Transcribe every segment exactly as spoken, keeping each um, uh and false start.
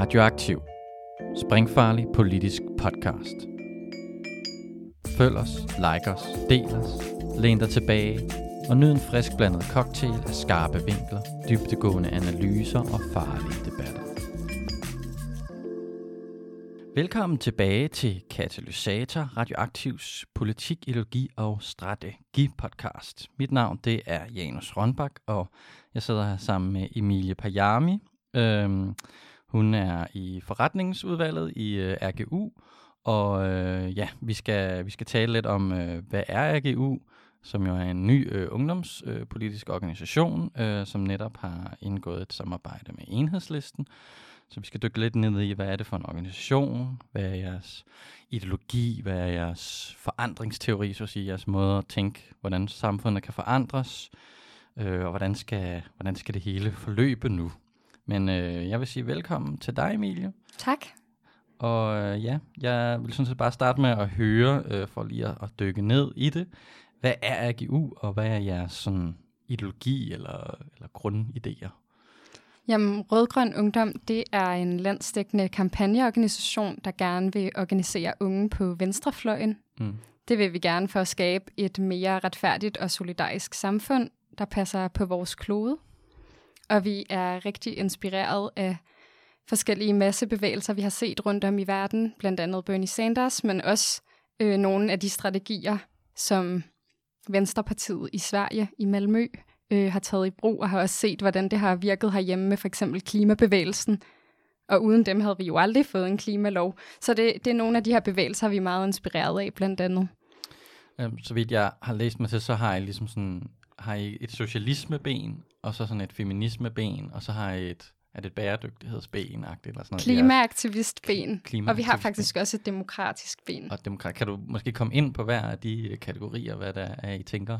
Radioaktiv. Springfarlig politisk podcast. Følg os, like os, del os, læn dig tilbage og nyd en frisk blandet cocktail af skarpe vinkler, dybdegående analyser og farlige debatter. Velkommen tilbage til Katalysator, Radioaktivs politik, ideologi og strategi-podcast. Mit navn det er Janus Rønbak, og jeg sidder her sammen med Emilie Pajami. Øhm, hun er i forretningsudvalget i øh, R G U, og øh, ja, vi skal, vi skal tale lidt om, øh, hvad er R G U, som jo er en ny øh, ungdomspolitisk øh, organisation, øh, som netop har indgået et samarbejde med Enhedslisten. Så vi skal dykke lidt ned i, hvad er det for en organisation, hvad er jeres ideologi, hvad er jeres forandringsteori, så at sige, jeres måde at tænke, hvordan samfundet kan forandres, øh, og hvordan skal, hvordan skal det hele forløbe nu. Men øh, jeg vil sige velkommen til dig, Emilie. Tak. Og øh, ja, jeg vil sådan set bare starte med at høre, øh, for lige at, at dykke ned i det. Hvad er R G U, og hvad er jeres sådan, ideologi eller, eller grundidéer? Jamen, Rød-Grøn Ungdom, det er en landsdækkende kampagneorganisation, der gerne vil organisere unge på venstrefløjen. Mm. Det vil vi gerne for at skabe et mere retfærdigt og solidarisk samfund, der passer på vores klode. Og vi er rigtig inspireret af forskellige massebevægelser, vi har set rundt om i verden, blandt andet Bernie Sanders, men også øh, nogle af de strategier, som Venstrepartiet i Sverige, i Malmø, øh, har taget i brug, og har også set, hvordan det har virket herhjemme med for eksempel klimabevægelsen. Og uden dem havde vi jo aldrig fået en klimalov. Så det, det er nogle af de her bevægelser, vi er meget inspireret af, blandt andet. Øhm, så vidt jeg har læst mig til, så har I ligesom sådan, har I et socialismeben, og så sådan et feminismeben, og så har I et, er det et bæredygtighedsben-agtigt eller sådan noget? Klimaaktivistben, Klimaaktivist og vi har faktisk også et demokratisk ben. Og demokrat. Kan du måske komme ind på hver af de kategorier, hvad der er, I tænker,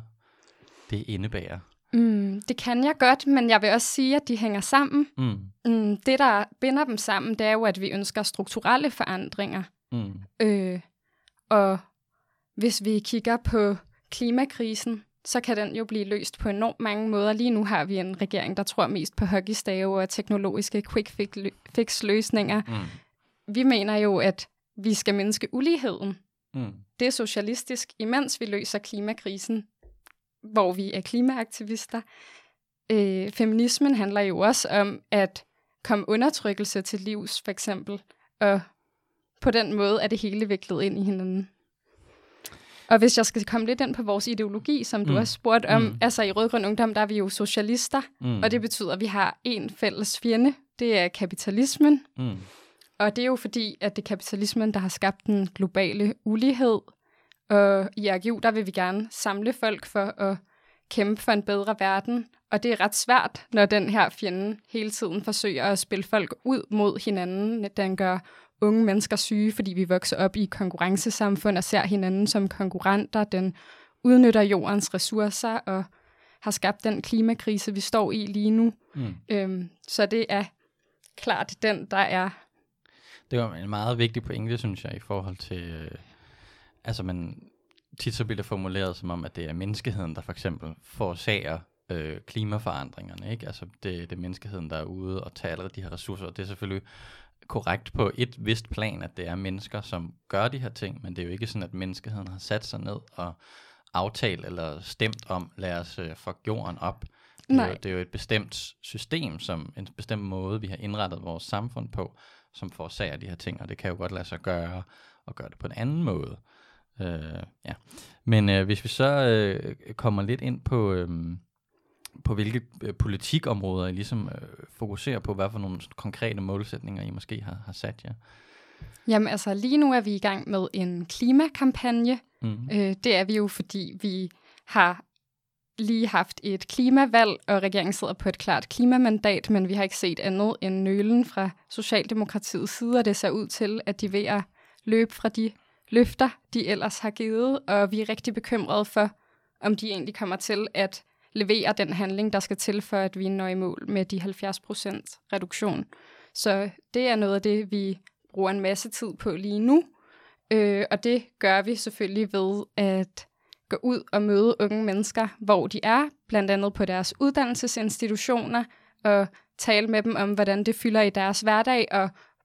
det indebærer? Mm, det kan jeg godt, men jeg vil også sige, at de hænger sammen. Mm. Mm, det, der binder dem sammen, det er jo, at vi ønsker strukturelle forandringer. Mm. Øh, og hvis vi kigger på klimakrisen, så kan den jo blive løst på enormt mange måder. Lige nu har vi en regering, der tror mest på hockeystave og teknologiske quick-fix-løsninger. Mm. Vi mener jo, at vi skal mindske uligheden. Mm. Det er socialistisk, imens vi løser klimakrisen, hvor vi er klimaaktivister. Øh, feminismen handler jo også om at komme undertrykkelse til livs, for eksempel. Og på den måde er det hele viklet ind i hinanden. Og hvis jeg skal komme lidt ind på vores ideologi, som du mm. også spurgte om, mm. altså i Rød-Grøn Ungdom, der er vi jo socialister, mm. og det betyder, at vi har en fælles fjende, det er kapitalismen. Mm. Og det er jo fordi, at det er kapitalismen, der har skabt den globale ulighed. Og i R G U, der vil vi gerne samle folk for at kæmpe for en bedre verden. Og det er ret svært, når den her fjende hele tiden forsøger at spille folk ud mod hinanden. Den gør unge mennesker syge, fordi vi vokser op i konkurrencesamfund og ser hinanden som konkurrenter. Den udnytter jordens ressourcer og har skabt den klimakrise, vi står i lige nu. Mm. Øhm, så det er klart den, der er. Det var en meget vigtig pointe, synes jeg, i forhold til, øh, altså man tit så bliver det formuleret som om, at det er menneskeheden, der for eksempel forårsager øh, klimaforandringerne, ikke? Altså det, det er menneskeheden, der er ude og tager alle de her ressourcer, og det er selvfølgelig korrekt på et vist plan, at det er mennesker, som gør de her ting, men det er jo ikke sådan, at menneskeheden har sat sig ned og aftalt eller stemt om, lad os øh, fuck jorden op. Det er, jo, det er jo et bestemt system, som en bestemt måde, vi har indrettet vores samfund på, som forårsager de her ting, og det kan jo godt lade sig gøre, og gøre det på en anden måde. Øh, ja. Men øh, hvis vi så øh, kommer lidt ind på, øh, på hvilke øh, politikområder I ligesom øh, fokuserer på, hvad for nogle konkrete målsætninger I måske har, har sat jer? Ja. Jamen altså, lige nu er vi i gang med en klimakampagne. Mm-hmm. Øh, det er vi jo, fordi vi har lige haft et klimavalg, og regeringen sidder på et klart klimamandat, men vi har ikke set andet end nølen fra Socialdemokratiets side, og det ser ud til, at de er ved at løbe fra de løfter, de ellers har givet, og vi er rigtig bekymrede for, om de egentlig kommer til at levere den handling, der skal til for, at vi når i mål med de halvfjerds procent reduktion. Så det er noget af det, vi bruger en masse tid på lige nu, øh, og det gør vi selvfølgelig ved at gå ud og møde unge mennesker, hvor de er, blandt andet på deres uddannelsesinstitutioner, og tale med dem om, hvordan det fylder i deres hverdag, og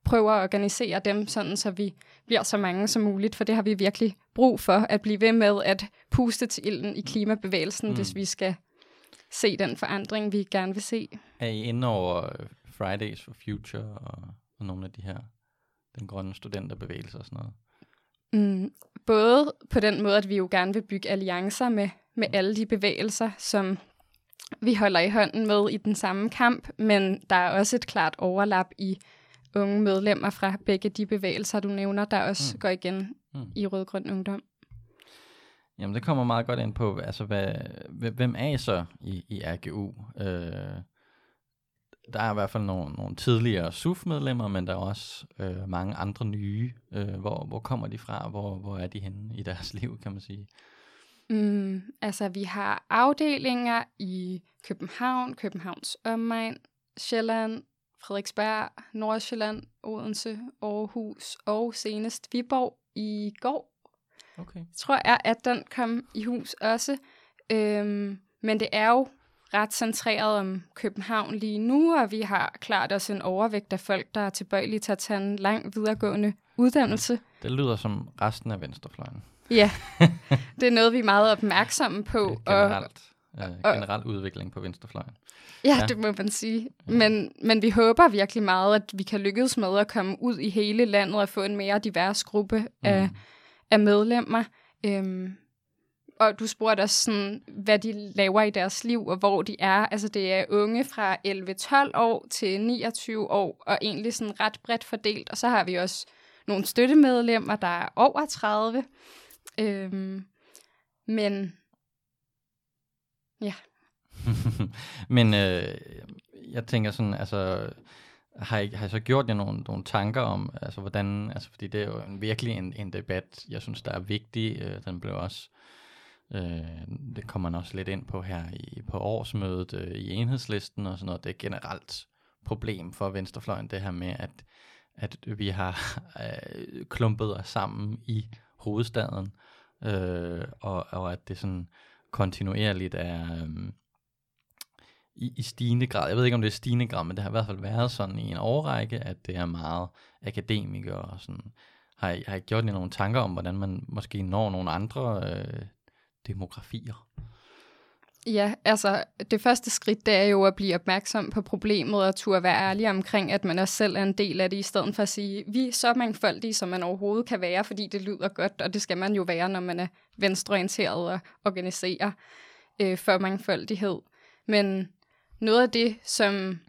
prøver at organisere dem, sådan så vi bliver så mange som muligt, for det har vi virkelig brug for, at blive ved med at puste til ilden i klimabevægelsen, mm. hvis vi skal se den forandring, vi gerne vil se. Er I inde over Fridays for Future og, og nogle af de her, den grønne studenterbevægelse og sådan noget? Mm, både på den måde, at vi jo gerne vil bygge alliancer med, med alle de bevægelser, som vi holder i hånden med i den samme kamp, men der er også et klart overlap i unge medlemmer fra begge de bevægelser, du nævner, der også mm. går igen mm. i Rød-Grøn Ungdom. Jamen, det kommer meget godt ind på, altså, hvad, hvem er I så i, i R G U? Øh, der er i hvert fald nogle, nogle tidligere S U F-medlemmer, men der er også øh, mange andre nye. Øh, hvor, hvor kommer de fra? Hvor, hvor er de henne i deres liv, kan man sige? Mm, altså, vi har afdelinger i København, Københavns omegn, Sjælland, Frederiksberg, Nordsjælland, Odense, Aarhus og senest Viborg i går. Okay. Tror jeg, at den kom i hus også. Øhm, men det er jo ret centreret om København lige nu, og vi har klart også en overvægt af folk, der er tilbøjelige til at tage en lang videregående uddannelse. Det lyder som resten af venstrefløjen. Ja, det er noget, vi er meget opmærksomme på. Generelt, og, øh, generelt udvikling på venstrefløjen. Ja, ja, det må man sige. Men, men vi håber virkelig meget, at vi kan lykkes med at komme ud i hele landet og få en mere divers gruppe mm. af, af medlemmer. Øhm, og du spurgte også, sådan, hvad de laver i deres liv, og hvor de er. Altså, det er unge fra elleve tolv år til niogtyve år, og egentlig sådan ret bredt fordelt. Og så har vi også nogle støttemedlemmer, der er over tredive. Øhm, men ja. Men øh, jeg tænker sådan, altså, har I, har I så gjort jer nogle, nogle tanker om, altså hvordan, altså fordi det er jo en, virkelig en, en debat, jeg synes, der er vigtig. Øh, den blev også, øh, det kommer man også lidt ind på her i, på årsmødet øh, i Enhedslisten og sådan noget. Det er et generelt problem for venstrefløjen, det her med, at, at vi har øh, klumpet os sammen i hovedstaden, øh, og, og at det sådan kontinuerligt er øh, i, i stigende grad, jeg ved ikke om det er stigende grad, men det har i hvert fald været sådan i en årrække, at det er meget akademikere og sådan. Har I, har I gjort jer nogle tanker om, hvordan man måske når nogle andre øh, demografier? Ja, altså det første skridt, det er jo at blive opmærksom på problemet og turde være ærlig omkring, at man også selv er en del af det, i stedet for at sige, vi er så mangfoldige, som man overhovedet kan være, fordi det lyder godt, og det skal man jo være, når man er venstreorienteret og organiserer øh, for mangfoldighed. Men noget af det, som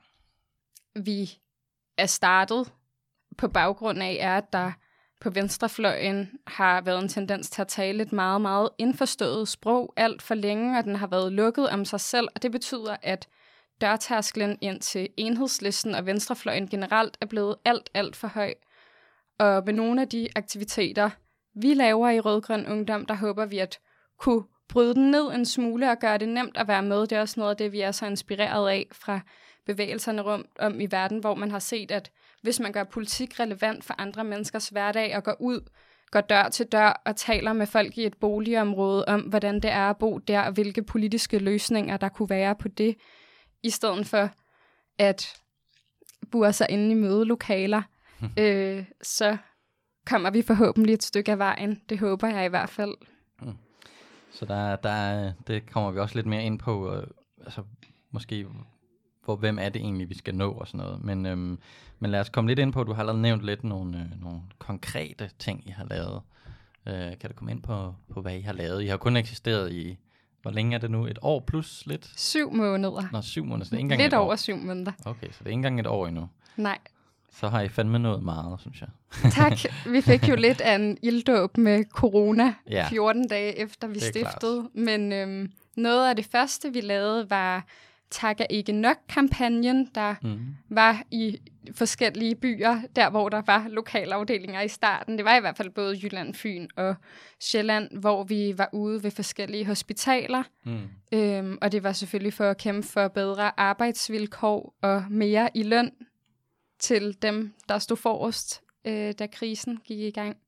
vi er startet på baggrund af, er, at der på venstrefløjen har været en tendens til at tale et meget, meget indforstået sprog alt for længe, og den har været lukket om sig selv, og det betyder, at dørtærsklen ind til Enhedslisten og venstrefløjen generelt er blevet alt, alt for høj. Og med nogle af de aktiviteter, vi laver i Rød-Grøn Ungdom, der håber vi at kunne bryde den ned en smule og gøre det nemt at være med. Det er også noget af det, vi er så inspireret af fra bevægelserne rundt om i verden, hvor man har set, at hvis man gør politik relevant for andre menneskers hverdag og går ud, går dør til dør og taler med folk i et boligområde om, hvordan det er at bo der, og hvilke politiske løsninger der kunne være på det, i stedet for at bure sig inde i mødelokaler, øh, så kommer vi forhåbentlig et stykke af vejen. Det håber jeg i hvert fald. Mm. Så der, der, det kommer vi også lidt mere ind på, øh, altså måske hvor hvem er det egentlig, vi skal nå og sådan noget. Men, øhm, men lad os komme lidt ind på, du har allerede nævnt lidt nogle, øh, nogle konkrete ting, I har lavet. Øh, kan du komme ind på, på, hvad I har lavet? I har kun eksisteret i, hvor længe er det nu? Et år plus lidt? Syv måneder. Nå, syv måneder. Så det er ikke engang lidt et år. over syv måneder. Okay, så det er ikke engang et år endnu. Nej. Så har I fandme nået meget, synes jeg. Tak. Vi fik jo lidt af en ilddåb med corona ja, fjorten dage efter vi stiftede. Klart. Men øhm, noget af det første, vi lavede, var Tak er ikke nok-kampagnen, der mm. var i forskellige byer, der hvor der var lokalafdelinger i starten. Det var i hvert fald både Jylland, Fyn og Sjælland, hvor vi var ude ved forskellige hospitaler. Mm. Øhm, og det var selvfølgelig for at kæmpe for bedre arbejdsvilkår og mere i løn til dem, der stod forrest, øh, da krisen gik i gang.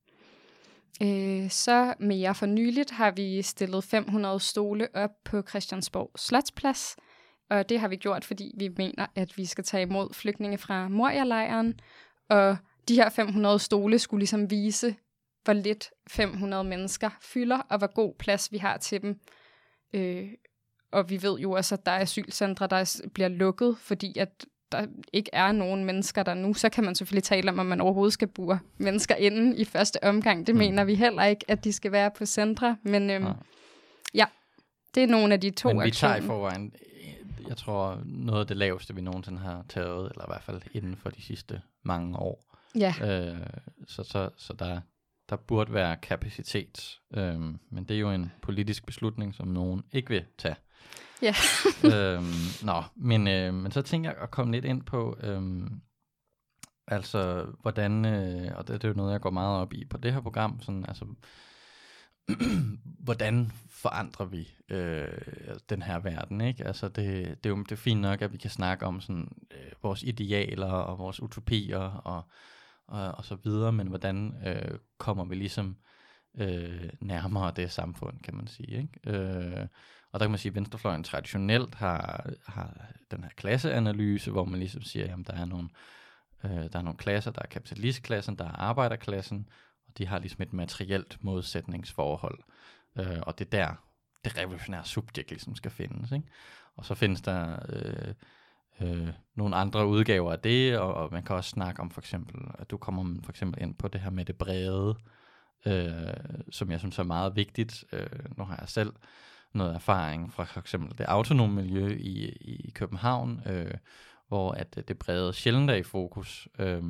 Øh, så mere for nyligt har vi stillet fem hundrede stole op på Christiansborg Slotsplads, og det har vi gjort, fordi vi mener, at vi skal tage imod flygtninge fra Moria-lejren, og de her fem hundrede stole skulle ligesom vise, hvor lidt fem hundrede mennesker fylder, og hvor god plads vi har til dem. Øh, og vi ved jo også, at der er asylcentre, der bliver lukket, fordi at der ikke er nogen mennesker der nu. Så kan man selvfølgelig tale om, om man overhovedet skal bure mennesker inden i første omgang. Det mm. mener vi heller ikke, at de skal være på centre. Men øhm, ja. ja, det er nogle af de to Men vi aktioner. tager i forvejen, jeg tror, noget af det laveste, vi nogensinde har taget, eller i hvert fald inden for de sidste mange år. Ja. Øh, så så, så der, der burde være kapacitet. Øh, men det er jo en politisk beslutning, som nogen ikke vil tage. Ja. øhm, nå, men, øh, men så tænker jeg at komme lidt ind på, øh, altså, hvordan, øh, og det, det er jo noget, jeg går meget op i på det her program, sådan, altså, hvordan forandrer vi øh, den her verden, ikke? Altså, det, det er jo det er fint nok, at vi kan snakke om sådan, øh, vores idealer og vores utopier og, og, og så videre, men hvordan øh, kommer vi ligesom øh, nærmere det samfund, kan man sige, ikke? Øh, Og der kan man sige, at venstrefløjen traditionelt har, har den her klasseanalyse, hvor man ligesom siger, at der er nogle, øh, der er nogle klasser, der er kapitalistklassen, der er arbejderklassen, og de har ligesom et materielt modsætningsforhold. Øh, og det er der, det revolutionære subjekt ligesom skal findes, ikke? Og så findes der øh, øh, nogle andre udgaver af det, og, og man kan også snakke om for eksempel, at du kommer for eksempel ind på det her med det brede, øh, som jeg synes er meget vigtigt. Øh, nu har jeg selv noget erfaring fra for eksempel det autonome miljø i, i København, øh, hvor at det brede sjældent er i fokus. Øh,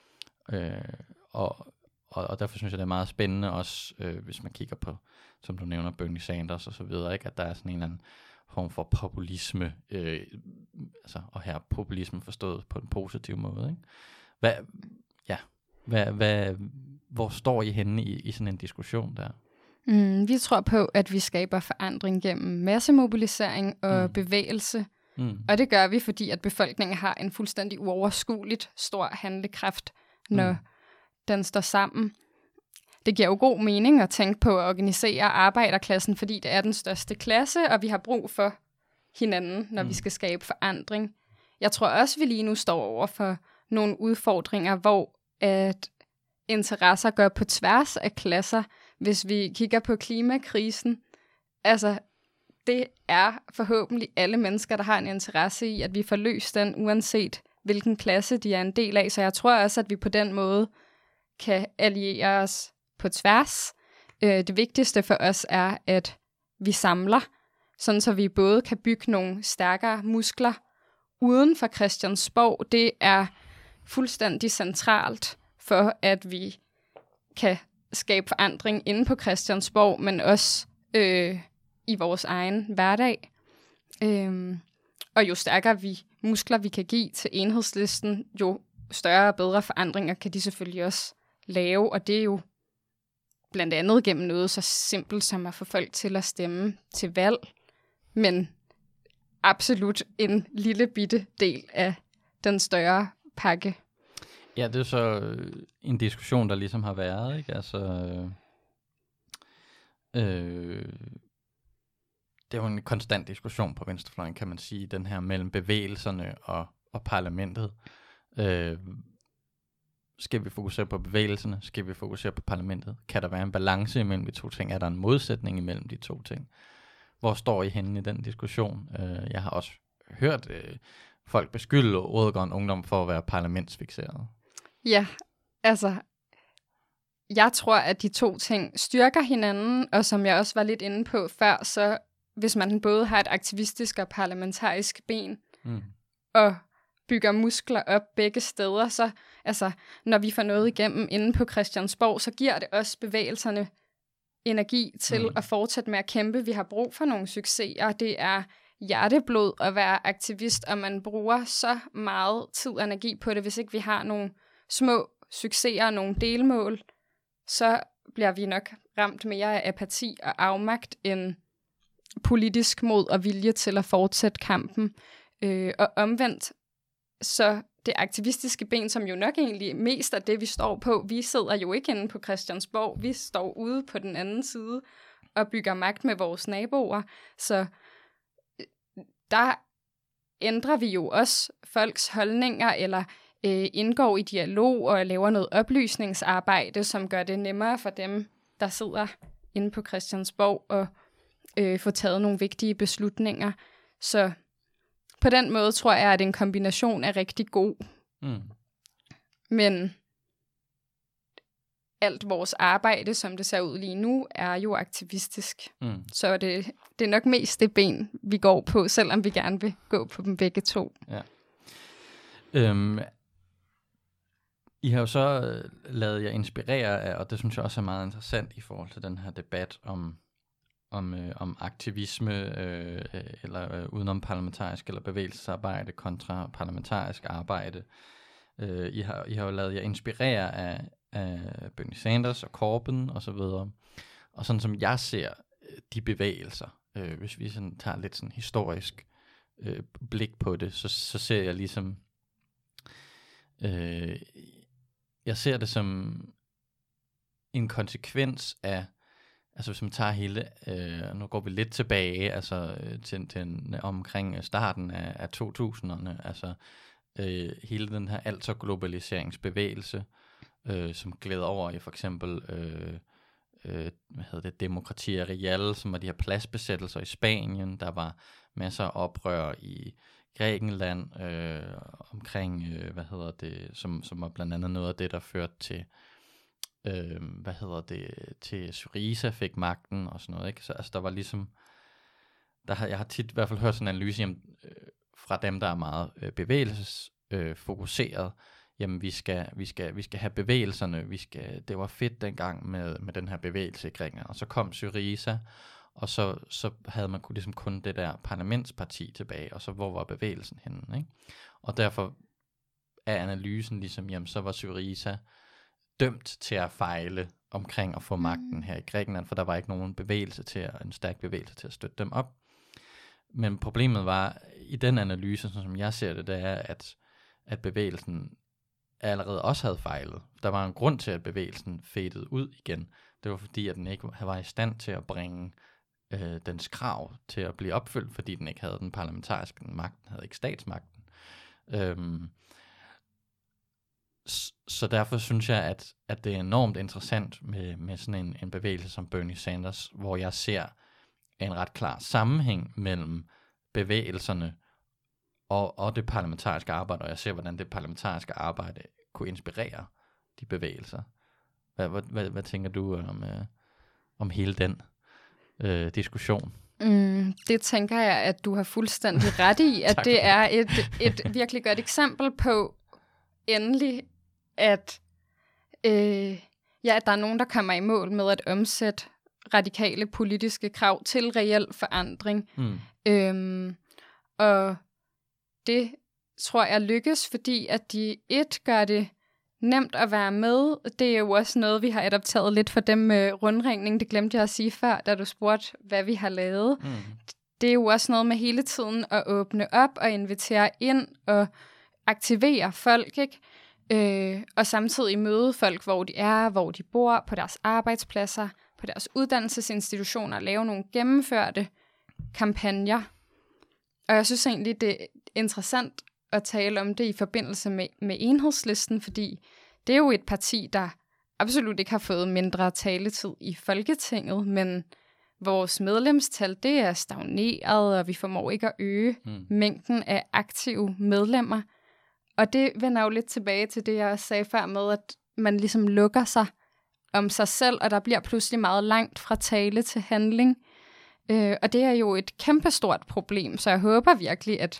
øh, og, og, og derfor synes jeg, det er meget spændende også, øh, hvis man kigger på, som du nævner, Bernie Sanders og så videre, ikke? At der er sådan en eller anden form for populisme, øh, altså, og her populisme forstået på en positiv måde, ikke? Hvad, ja, hvad, hvad, hvor står I henne i, i sådan en diskussion der? Mm, vi tror på, at vi skaber forandring gennem massemobilisering og mm. bevægelse. Mm. Og det gør vi, fordi at befolkningen har en fuldstændig uoverskueligt stor handlekraft, når mm. den står sammen. Det giver jo god mening at tænke på at organisere arbejderklassen, fordi det er den største klasse, og vi har brug for hinanden, når mm. vi skal skabe forandring. Jeg tror også, vi lige nu står over for nogle udfordringer, hvor at interesser går på tværs af klasser. Hvis vi kigger på klimakrisen, altså det er forhåbentlig alle mennesker, der har en interesse i, at vi får løst den, uanset hvilken klasse de er en del af. Så jeg tror også, at vi på den måde kan alliere os på tværs. Det vigtigste for os er, at vi samler, sådan så vi både kan bygge nogle stærkere muskler uden for Christiansborg. Det er fuldstændig centralt for, at vi kan skabe forandring inde på Christiansborg, men også øh, i vores egen hverdag. Øhm, og jo stærkere vi muskler vi kan give til Enhedslisten, jo større og bedre forandringer kan de selvfølgelig også lave, og det er jo blandt andet gennem noget så simpelt som at få folk til at stemme til valg, men absolut en lille bitte del af den større pakke. Ja, det er så en diskussion, der ligesom har været, ikke? Altså, øh, det er jo en konstant diskussion på venstrefløjen, kan man sige, den her mellem bevægelserne og, og parlamentet. Øh, skal vi fokusere på bevægelserne? Skal vi fokusere på parlamentet? Kan der være en balance imellem de to ting? Er der en modsætning imellem de to ting? Hvor står I henne i den diskussion? Øh, jeg har også hørt øh, folk beskylde Rød-Grøn Ungdom for at være parlamentsfikseret. Ja, altså, jeg tror, at de to ting styrker hinanden, og som jeg også var lidt inde på før, så hvis man både har et aktivistisk og parlamentarisk ben, mm. og bygger muskler op begge steder, så altså, når vi får noget igennem inde på Christiansborg, så giver det også bevægelserne energi til mm. at fortsætte med at kæmpe. Vi har brug for nogle succeser. Det er hjerteblod at være aktivist, og man bruger så meget tid og energi på det, hvis ikke vi har nogle små succeser og nogle delmål, så bliver vi nok ramt mere af apati og afmagt end politisk mod og vilje til at fortsætte kampen. Øh, og omvendt, så det aktivistiske ben, som jo nok egentlig mest er det, vi står på, vi sidder jo ikke inde på Christiansborg, vi står ude på den anden side og bygger magt med vores naboer, så der ændrer vi jo også folks holdninger, eller øh, indgår i dialog og laver noget oplysningsarbejde, som gør det nemmere for dem, der sidder inde på Christiansborg og øh, får taget nogle vigtige beslutninger. Så på den måde tror jeg, at en kombination er rigtig god. Mm. Men alt vores arbejde, som det ser ud lige nu, er jo aktivistisk. Mm. Så det, det er nok mest det ben, vi går på, selvom vi gerne vil gå på dem begge to. Ja. Øhm, I har jo så lavet jer inspirere af, og det synes jeg også er meget interessant i forhold til den her debat om, om, øh, om aktivisme, øh, eller øh, udenom parlamentarisk eller bevægelsesarbejde kontra parlamentarisk arbejde. Øh, I, har, I har jo lavet jer inspirere af, af Bernie Sanders og Corbyn og så videre. Og sådan som jeg ser de bevægelser, øh, hvis vi sådan tager lidt sådan historisk øh, blik på det, så, så ser jeg ligesom, øh, jeg ser det som en konsekvens af, altså hvis man tager hele, øh, nu går vi lidt tilbage, altså til, til omkring starten af, af to tusinderne, altså øh, hele den her altså globaliseringsbevægelse, øh, som glæder over i for eksempel, øh, øh, hvad hedder det, Demokratia Real, som var de her pladsbesættelser i Spanien, der var masser af oprør i Grækenland, øh, omkring, øh, hvad hedder det, som, som var blandt andet noget af det, der førte til, øh, hvad hedder det, til Syriza fik magten og sådan noget, ikke? Så altså, der var ligesom, der har, jeg har tit i hvert fald hørt sådan en analyse jamen, øh, fra dem, der er meget øh, bevægelsesfokuseret, øh, jamen vi skal, vi skal, vi skal have bevægelserne, vi skal, det var fedt dengang med, med den her bevægelse i Grækenland, og så kom Syriza, og så, så havde man kun, ligesom kun det der parlamentsparti tilbage, og så hvor var bevægelsen henne, ikke? Og derfor er analysen ligesom, jamen så var Syriza dømt til at fejle omkring at få magten her i Grækenland, for der var ikke nogen bevægelse til at, en stærk bevægelse til at støtte dem op. Men problemet var, i den analyse, sådan som jeg ser det, det er, at, at bevægelsen allerede også havde fejlet. Der var en grund til, at bevægelsen fadede ud igen. Det var fordi, at den ikke var i stand til at bringe øh, dens krav til at blive opfyldt, fordi den ikke havde den parlamentariske magt, den havde ikke statsmagten. Øhm, Så derfor synes jeg, at, at det er enormt interessant med, med sådan en, en bevægelse som Bernie Sanders, hvor jeg ser en ret klar sammenhæng mellem bevægelserne og, og det parlamentariske arbejde, og jeg ser, hvordan det parlamentariske arbejde kunne inspirere de bevægelser. Hvad, hvad, hvad, hvad tænker du om, øh, om hele den øh, diskussion? Mm, det tænker jeg, at du har fuldstændig ret i, at det er et, et virkelig godt eksempel på endelig, at, øh, ja, at der er nogen, der kommer i mål med at omsætte radikale politiske krav til reel forandring. Mm. Øhm, og det tror jeg lykkes, fordi at de et gør det nemt at være med. Det er jo også noget, vi har adopteret lidt for dem med rundringning. Det glemte jeg at sige før, da du spurgte, hvad vi har lavet. Mm. Det er jo også noget med hele tiden at åbne op og invitere ind og aktivere folk, ikke? Øh, og samtidig møde folk, hvor de er, hvor de bor, på deres arbejdspladser, på deres uddannelsesinstitutioner, lave nogle gennemførte kampagner. Og jeg synes egentlig, det er interessant at tale om det i forbindelse med, med Enhedslisten, fordi det er jo et parti, der absolut ikke har fået mindre taletid i Folketinget, men vores medlemstal, det er stagneret, og vi formår ikke at øge mm. mængden af aktive medlemmer. Og det vender jo lidt tilbage til det, jeg sagde før med, at man ligesom lukker sig om sig selv, og der bliver pludselig meget langt fra tale til handling. Øh, og det er jo et kæmpestort problem, så jeg håber virkelig, at,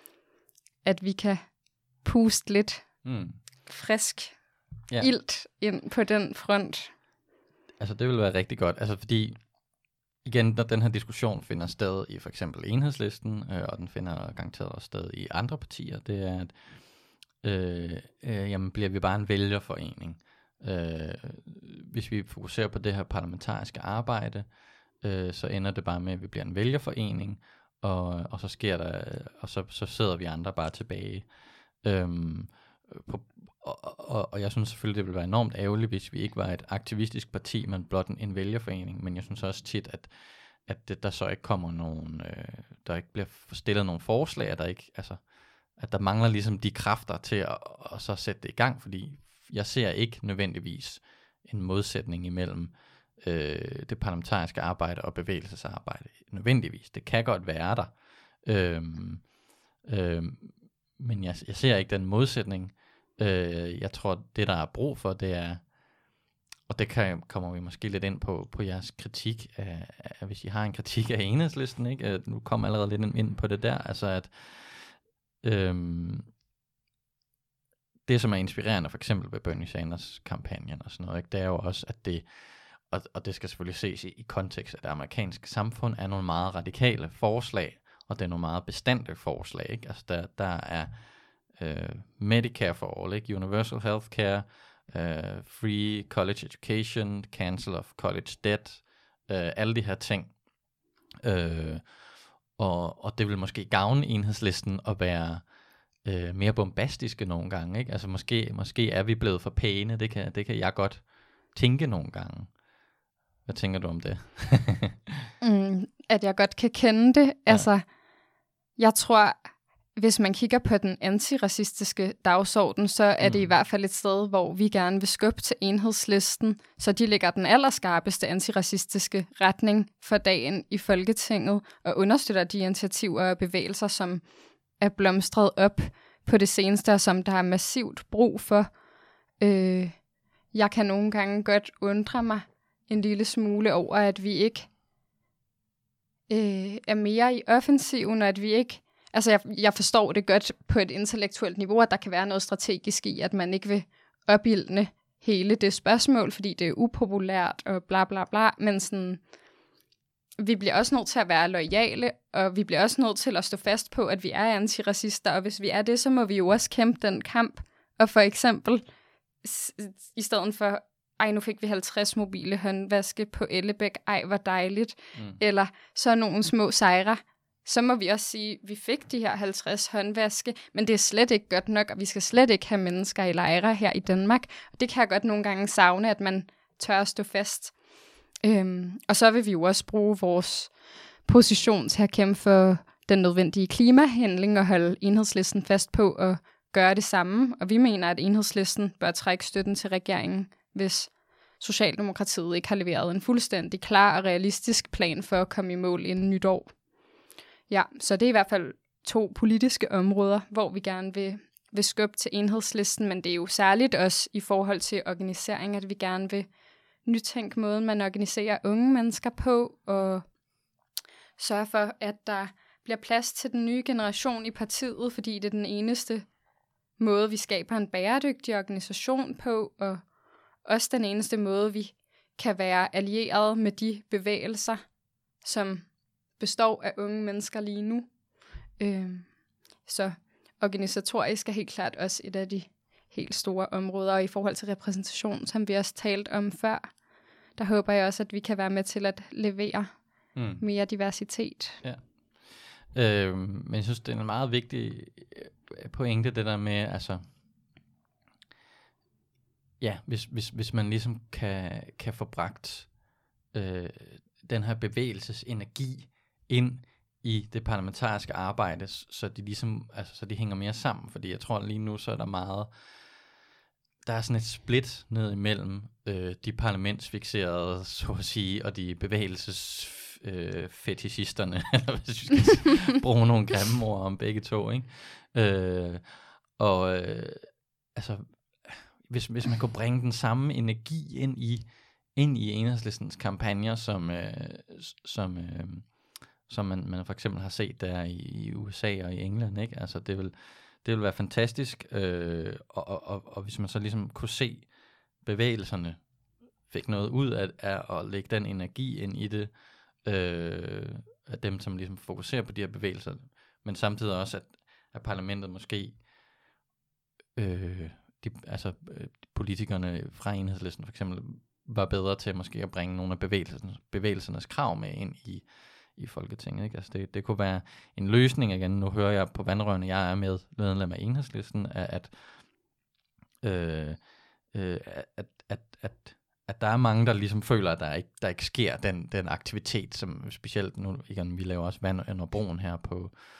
at vi kan puste lidt mm. frisk ja. ilt ind på den front. Altså det vil være rigtig godt, altså fordi igen, når den her diskussion finder sted i for eksempel Enhedslisten, øh, og den finder garanteret også sted i andre partier, det er, at øh, øh, jamen bliver vi bare en vælgerforening. Øh, hvis vi fokuserer på det her parlamentariske arbejde, øh, så ender det bare med, at vi bliver en vælgerforening, og, og så sker der, og så, så sidder vi andre bare tilbage. Øhm, på, og, og, og jeg synes selvfølgelig, det ville være enormt ærgerligt, hvis vi ikke var et aktivistisk parti, men blot en, en vælgerforening, men jeg synes også tit, at, at det, der så ikke kommer nogen, øh, der ikke bliver stillet nogen forslag, der ikke, altså, at der mangler ligesom de kræfter til at, at så sætte det i gang, fordi jeg ser ikke nødvendigvis en modsætning imellem øh, det parlamentariske arbejde og bevægelsesarbejde. Nødvendigvis. Det kan godt være der. Øhm, øhm, men jeg, jeg ser ikke den modsætning. Øh, jeg tror, det der er brug for, det er, og det kan, kommer vi måske lidt ind på, på jeres kritik af, af, hvis I har en kritik af Enhedslisten, ikke? Nu kommer allerede lidt ind på det der, altså at øhm, det, som er inspirerende, for eksempel ved Bernie Sanders kampagnen og sådan noget, ikke? Det er jo også, at det, og, og det skal selvfølgelig ses i, i kontekst af det amerikanske samfund, er nogle meget radikale forslag, og det er nogle meget bestandte forslag, ikke? Altså der, der er øh, Medicare for all, ikke? Universal healthcare, øh, free college education, cancel of college debt, øh, alle de her ting. Øh, og, og det vil måske gavne Enhedslisten at være øh, mere bombastiske nogle gange, ikke? Altså måske, måske er vi blevet for pæne, det kan, det kan jeg godt tænke nogle gange. Hvad tænker du om det? mm, at jeg godt kan kende det. Ja. Altså, jeg tror, hvis man kigger på den antiracistiske dagsorden, så er mm. det i hvert fald et sted, hvor vi gerne vil skubbe til Enhedslisten, så de lægger den allerskarpeste antiracistiske retning for dagen i Folketinget, og understøtter de initiativer og bevægelser, som er blomstret op på det seneste, og som der er massivt brug for. Øh, jeg kan nogle gange godt undre mig en lille smule over, at vi ikke øh, er mere i offensiven, og at vi ikke, altså jeg, jeg forstår det godt på et intellektuelt niveau, at der kan være noget strategisk i, at man ikke vil opildne hele det spørgsmål, fordi det er upopulært og bla bla bla, men sådan, vi bliver også nødt til at være loyale, og vi bliver også nødt til at stå fast på, at vi er antiracister, og hvis vi er det, så må vi jo også kæmpe den kamp, og for eksempel, i stedet for ej, nu fik vi halvtreds mobile håndvaske på Ellebæk, ej, hvor dejligt, mm. eller så nogle små sejre, så må vi også sige, vi fik de her halvtreds håndvaske, men det er slet ikke godt nok, og vi skal slet ikke have mennesker i lejre her i Danmark, og det kan jeg godt nogle gange savne, at man tør at stå fast. Øhm, og så vil vi jo også bruge vores position til at kæmpe for den nødvendige klimahandling, og holde Enhedslisten fast på at gøre det samme, og vi mener, at Enhedslisten bør trække støtten til regeringen, hvis Socialdemokratiet ikke har leveret en fuldstændig klar og realistisk plan for at komme i mål inden nytår. Ja, så det er i hvert fald to politiske områder, hvor vi gerne vil, vil skubbe til Enhedslisten, men det er jo særligt også i forhold til organisering, at vi gerne vil nytænke måden, man organiserer unge mennesker på, og sørge for, at der bliver plads til den nye generation i partiet, fordi det er den eneste måde, vi skaber en bæredygtig organisation på, og også den eneste måde, vi kan være allieret med de bevægelser, som består af unge mennesker lige nu. Øh, så organisatorisk er helt klart også et af de helt store områder, og i forhold til repræsentation, som vi også talt om før, der håber jeg også, at vi kan være med til at levere mm. mere diversitet. Ja. Øh, men jeg synes, det er en meget vigtig pointe, det der med, altså, ja, hvis, hvis, hvis man ligesom kan, kan få bragt øh, den her bevægelsesenergi ind i det parlamentariske arbejde, så de ligesom, altså, så de hænger mere sammen, fordi jeg tror lige nu, så er der meget, der er sådan et split ned imellem øh, de parlamentsfixerede, så at sige, og de bevægelses øh, fetishisterne, eller hvis vi skal bruge nogle grimme ord om begge to, ikke? Øh, og øh, altså, hvis, hvis man kunne bringe den samme energi ind i, ind i Enhedslistens kampagner, som, øh, som, øh, som man, man for eksempel har set der i, i U S A og i England, ikke? Altså, det vil, det vil være fantastisk, øh, og, og, og, og hvis man så ligesom kunne se bevægelserne fik noget ud af, af at lægge den energi ind i det, øh, af dem, som ligesom fokuserer på de her bevægelser, men samtidig også, at, at parlamentet måske, øh, de, altså øh, politikerne fra Enhedslisten for eksempel, var bedre til måske at bringe nogle af bevægelsernes, bevægelsernes krav med ind i, i Folketinget, ikke? Altså det, det kunne være en løsning igen. Nu hører jeg på vandrørene, jeg er med medlem af Enhedslisten, at, øh, øh, at, at, at, at der er mange, der ligesom føler, at der ikke, der ikke sker den, den aktivitet, som specielt nu, igen, vi laver også Vand under broen her på,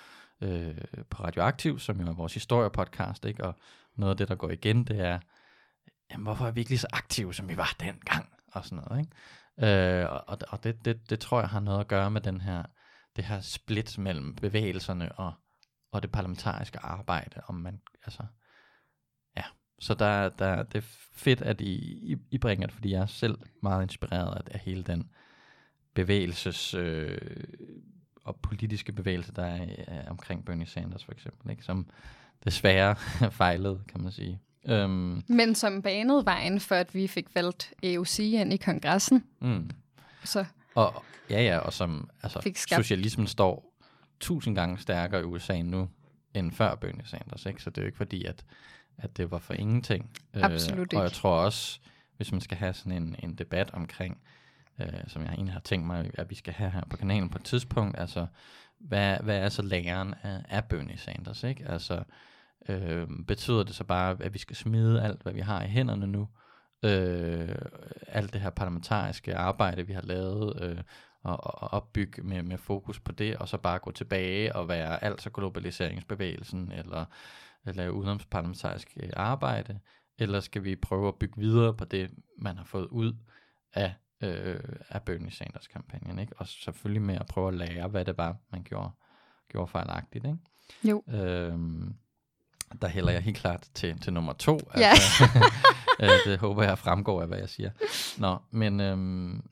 øh, på Radioaktiv, som jo er vores historiepodcast, ikke? Og noget af det, der går igen, det er, jamen, hvorfor er vi ikke lige så aktive, som vi var dengang? Og sådan noget, ikke? Øh, og og det, det, det tror jeg har noget at gøre med den her, det her split mellem bevægelserne og, og det parlamentariske arbejde, om man, altså, ja. Så der, der, det er fedt, at I, I, I bringer det, fordi jeg er selv meget inspireret af, af hele den bevægelses øh, og politiske bevægelse, der er, er omkring Bernie Sanders for eksempel, ikke? Som desværre fejlede, kan man sige. Um, Men som banede vejen for, at vi fik valgt A O C ind i kongressen. Mm. Så og, ja, ja, og som altså, socialismen står tusind gange stærkere i U S A nu, end før Bernie Sanders, ikke? Så det er jo ikke fordi, at, at det var for ingenting. Absolut uh, ikke. Og jeg tror også, hvis man skal have sådan en, en debat omkring, uh, som jeg egentlig har tænkt mig, at vi skal have her på kanalen på et tidspunkt, altså, hvad, hvad er så læren af, af Bernie Sanders, ikke? Altså, Øh, betyder det så bare, at vi skal smide alt, hvad vi har i hænderne nu, øh, alt det her parlamentariske arbejde, vi har lavet, øh, og, og opbygge med, med fokus på det, og så bare gå tilbage og være altså globaliseringsbevægelsen, eller, eller lave udenomsparlamentarisk arbejde, eller skal vi prøve at bygge videre på det, man har fået ud af, øh, af Bernie Sanders kampagnen, ikke? Og selvfølgelig med at prøve at lære, hvad det var, man gjorde, gjorde fejlagtigt, ikke? Jo. Øhm, Der hælder jeg helt klart til, til nummer to. Ja. Altså, øh, det håber jeg fremgår af, hvad jeg siger. Nå, men øhm,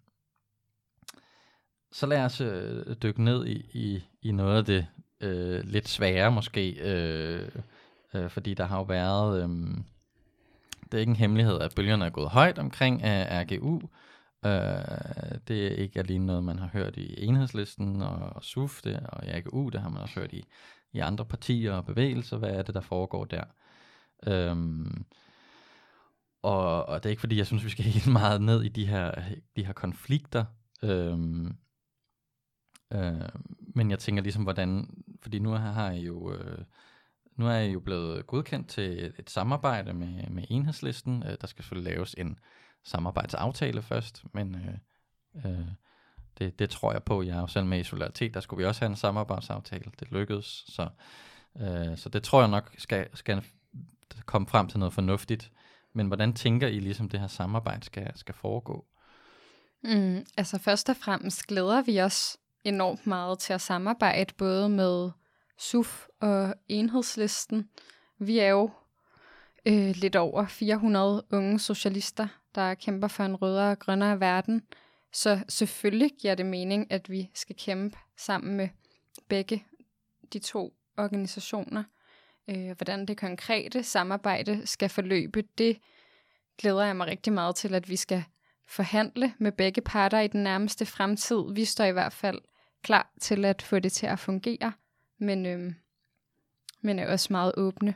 så lad os øh, dykke ned i, i, i noget af det øh, lidt svære måske. Øh, øh, fordi der har jo været... Øh, det er ikke en hemmelighed, at bølgerne er gået højt omkring af R G U. Øh, det er ikke alene noget, man har hørt i Enhedslisten og, og S U F, det, og i R G U, det har man også hørt i i andre partier og bevægelser, hvad er det, der foregår der. Øhm, og, og det er ikke fordi, jeg synes, vi skal helt meget ned i de her, de her konflikter, øhm, øh, men jeg tænker ligesom, hvordan, fordi nu har jeg jo, øh, nu er jeg jo blevet godkendt til et, et samarbejde med, med Enhedslisten. Øh, der skal selvfølgelig laves en samarbejdsaftale først, men øh, øh, Det, det tror jeg på. Jeg er jo selv med i Solidaritet. Der skulle vi også have en samarbejdsaftale. Det lykkedes. Så, øh, så det tror jeg nok skal, skal komme frem til noget fornuftigt. Men hvordan tænker I ligesom det her samarbejde skal, skal foregå? Mm, altså først og fremmest glæder vi os enormt meget til at samarbejde både med S U F og Enhedslisten. Vi er jo øh, lidt over fire hundrede unge socialister, der kæmper for en rødere og grønnere verden. Så selvfølgelig giver det mening, at vi skal kæmpe sammen med begge de to organisationer. Øh, hvordan det konkrete samarbejde skal forløbe, det glæder jeg mig rigtig meget til, at vi skal forhandle med begge parter i den nærmeste fremtid. Vi står i hvert fald klar til at få det til at fungere, men, øh, men er også meget åbne.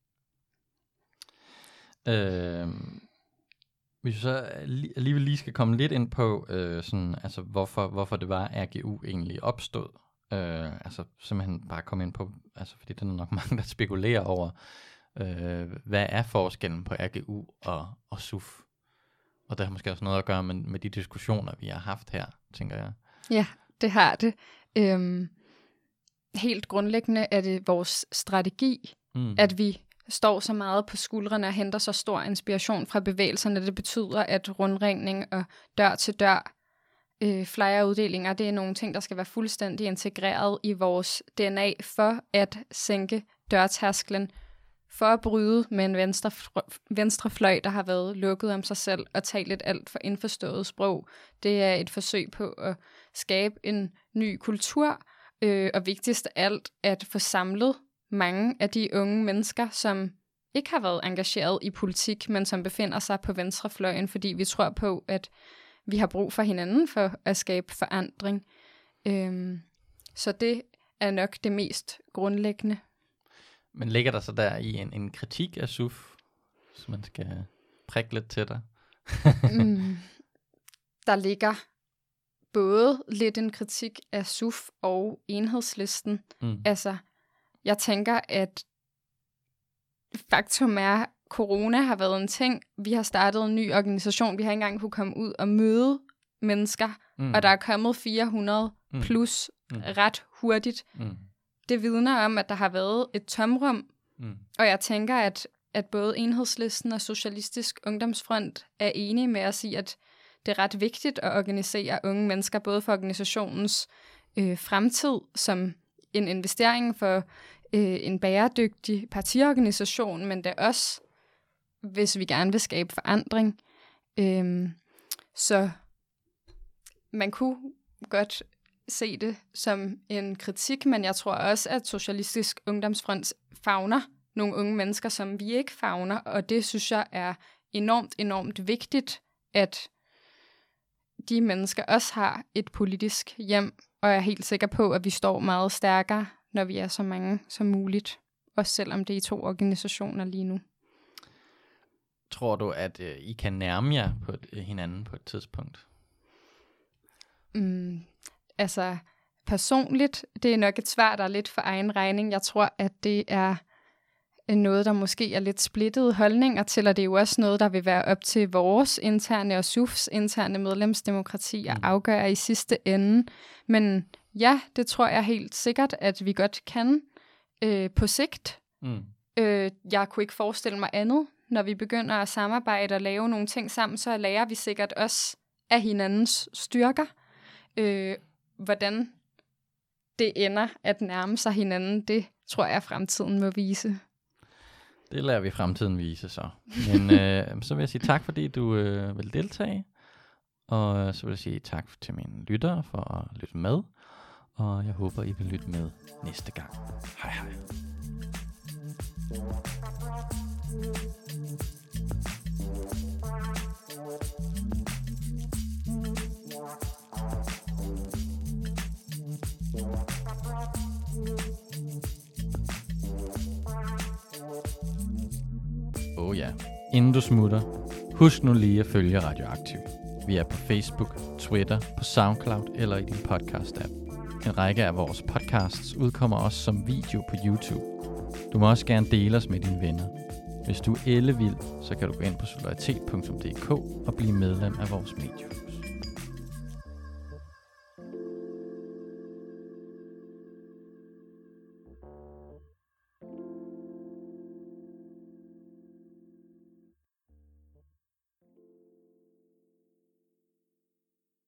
Øh... Hvis vi så alligevel lige skal komme lidt ind på, øh, sådan, altså, hvorfor, hvorfor det var, R G U egentlig opstod. Øh, altså simpelthen bare komme ind på, altså, fordi der er nok mange, der spekulerer over, øh, hvad er forskellen på R G U og, og S U F? Og det har måske også noget at gøre med, med de diskussioner, vi har haft her, tænker jeg. Ja, det har det. Øhm, helt grundlæggende er det vores strategi, mm. at vi står så meget på skuldrene og henter så stor inspiration fra bevægelserne. Det betyder, at rundringning og dør til dør øh, flyer-uddelinger, det er nogle ting, der skal være fuldstændig integreret i vores D N A for at sænke dørtærsklen, for at bryde med en venstre, venstrefløj, der har været lukket om sig selv og talt et alt for indforstået sprog. Det er et forsøg på at skabe en ny kultur, øh, og vigtigst af alt at få samlet mange af de unge mennesker, som ikke har været engageret i politik, men som befinder sig på venstrefløjen, fordi vi tror på, at vi har brug for hinanden for at skabe forandring. Øhm, så det er nok det mest grundlæggende. Men ligger der så der i en, en kritik af S U F, hvis man skal prikke lidt til dig? mm, der ligger både lidt en kritik af S U F og Enhedslisten. Mm. Altså, jeg tænker, at faktum er, at corona har været en ting. Vi har startet en ny organisation. Vi har ikke engang kunne komme ud og møde mennesker. Mm. Og der er kommet fire hundrede mm. plus mm. ret hurtigt. Mm. det vidner om, at der har været et tomrum, mm. og jeg tænker, at, at både Enhedslisten og Socialistisk Ungdomsfront er enige med at sige, at det er ret vigtigt at organisere unge mennesker, både for organisationens øh, fremtid som en investering for øh, en bæredygtig partiorganisation, men det er også, hvis vi gerne vil skabe forandring. Øh, så man kunne godt se det som en kritik, men jeg tror også, at Socialistisk Ungdomsfront favner nogle unge mennesker, som vi ikke favner, og det synes jeg er enormt, enormt vigtigt, at de mennesker også har et politisk hjem, og jeg er helt sikker på, at vi står meget stærkere, når vi er så mange som muligt, også selvom det er to organisationer lige nu. Tror du, at øh, I kan nærme jer på et, hinanden på et tidspunkt? Mm, altså, personligt, det er nok et svar, der er lidt for egen regning. Jeg tror, at det er noget, der måske er lidt splittede holdninger til, og det er jo også noget, der vil være op til vores interne og S U F's interne medlemsdemokrati at afgøre i sidste ende. Men ja, det tror jeg helt sikkert, at vi godt kan øh, på sigt. Mm. Øh, jeg kunne ikke forestille mig andet. Når vi begynder at samarbejde og lave nogle ting sammen, så lærer vi sikkert også af hinandens styrker. Øh, hvordan det ender at nærme sig hinanden, det tror jeg, fremtiden må vise. Det lader vi fremtiden vise så. Men øh, så vil jeg sige tak, fordi du øh, vil deltage. Og så vil jeg sige tak til mine lyttere for at lytte med. Og jeg håber, I vil lytte med næste gang. Hej hej. Oh ja, inden du smutter, husk nu lige at følge Radioaktiv. Vi er på Facebook, Twitter, på SoundCloud eller i din podcast-app. En række af vores podcasts udkommer også som video på YouTube. Du må også gerne dele os med dine venner. Hvis du er ellevild, så kan du gå ind på solidaritet punktum d k og blive medlem af vores medie.